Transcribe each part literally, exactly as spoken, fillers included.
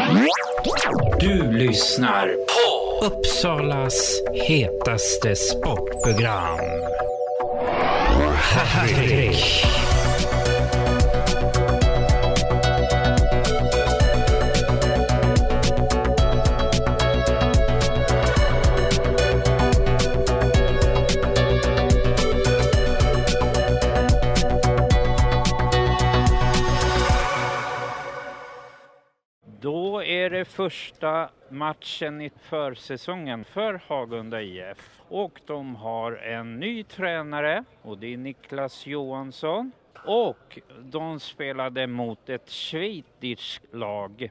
Du lyssnar på Uppsalas hetaste sportprogram. Hattrick. Då är det första matchen i försäsongen för Hagunda I F. Och de har en ny tränare och det är Niklas Johansson. Och de spelade mot ett schweiziskt lag,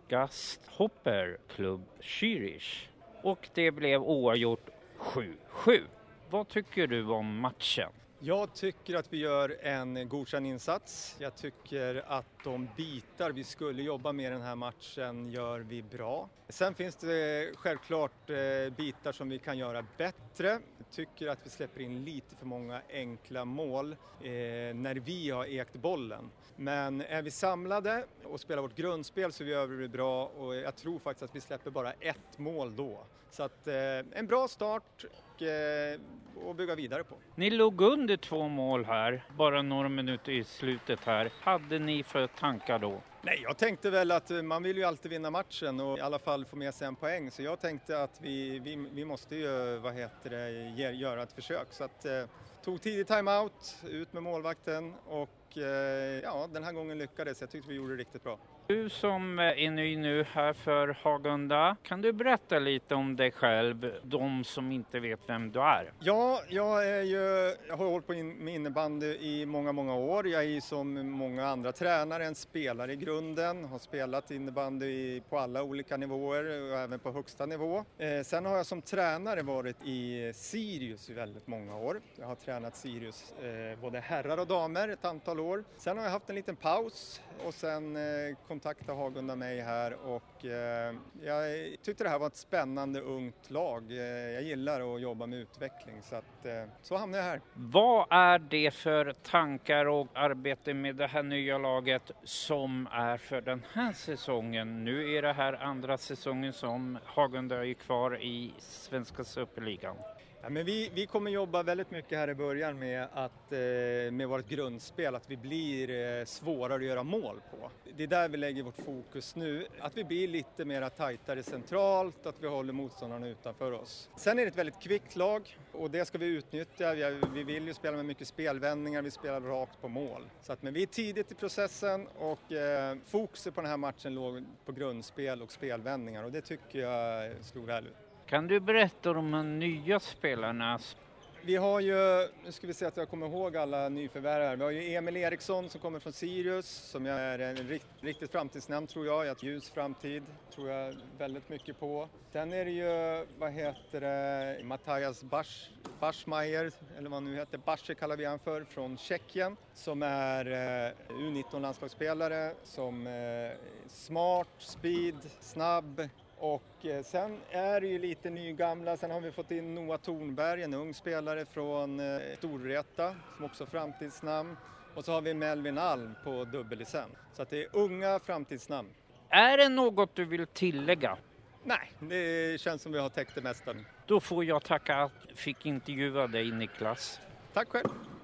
Gasthopper Club Zürich. Och det blev oavgjort sju sju. Vad tycker du om matchen? Jag tycker att vi gör en godkänd insats. Jag tycker att de bitar vi skulle jobba med den här matchen gör vi bra. Sen finns det självklart bitar som vi kan göra bättre. Jag tycker att vi släpper in lite för många enkla mål eh, när vi har ägt bollen. Men är vi samlade och spelar vårt grundspel så gör vi det bra, och jag tror faktiskt att vi släpper bara ett mål då. Så att eh, en bra start och, eh, och bygga vidare på. Ni låg under två mål här, bara några minuter i slutet här. Hade ni för tankar då? Nej, jag tänkte väl att man vill ju alltid vinna matchen och i alla fall få med sig en poäng. Så jag tänkte att vi, vi, vi måste ju vad heter det, göra ett försök. Så att, eh, tog tidig timeout, ut med målvakten och eh, ja, den här gången lyckades. Jag tyckte vi gjorde det riktigt bra. Du som är ny nu här för Hagunda, kan du berätta lite om dig själv, de som inte vet vem du är? Ja, jag, är ju, jag har hållit på med innebandy i många, många år. Jag är som många andra tränare en spelare i grunden. Har spelat innebandy på alla olika nivåer och även på högsta nivå. Eh, sen har jag som tränare varit i Sirius i väldigt många år. Jag har tränat Sirius eh, både herrar och damer ett antal år. Sen har jag haft en liten paus och sen eh, kontaktade Hagunda mig här och eh, jag tyckte det här var ett spännande ungt lag. Eh, jag gillar att jobba med utveckling så att eh, så hamnade jag här. Vad är det för tankar och arbete med det här nya laget som är för den här säsongen? Nu är det här andra säsongen som Hagunda är kvar i Svenska Superligan. Ja, men vi, vi kommer jobba väldigt mycket här i början med, att, eh, med vårt grundspel, att vi blir eh, svårare att göra mål på. Det är där vi lägger vårt fokus nu, att vi blir lite mer tajtare centralt, att vi håller motståndarna utanför oss. Sen är det ett väldigt kvickt lag och det ska vi utnyttja. Vi, vi vill ju spela med mycket spelvändningar, vi spelar rakt på mål. Så att, men vi är tidigt i processen och eh, fokuset på den här matchen låg på grundspel och spelvändningar och det tycker jag slog väl ut. Kan du berätta om de nya spelarna? Vi har ju, nu ska vi se att jag kommer ihåg alla nyförvärvare. Vi har ju Emil Eriksson som kommer från Sirius som är en rikt, riktigt framtidsnamn tror jag. Ett ljus framtid tror jag väldigt mycket på. Sen är det ju, vad heter det, Mattias Basch, Baschmeier, eller vad nu heter, Basche kallar vi han för, från Tjeckien. Som är eh, U nitton-landslagsspelare, som är eh, smart, speed, snabb. Och eh, sen är det ju lite nygamla, sen har vi fått in Noah Thornberg, en ung spelare från eh, Storvreta som också är framtidsnamn. Och så har vi Melvin Alm på dubbellicens. Så att det är unga framtidsnamn. Är det något du vill tillägga? Nej, det känns som vi har täckt det mesta. Då får jag tacka att jag fick intervjua dig, Niklas. Tack själv.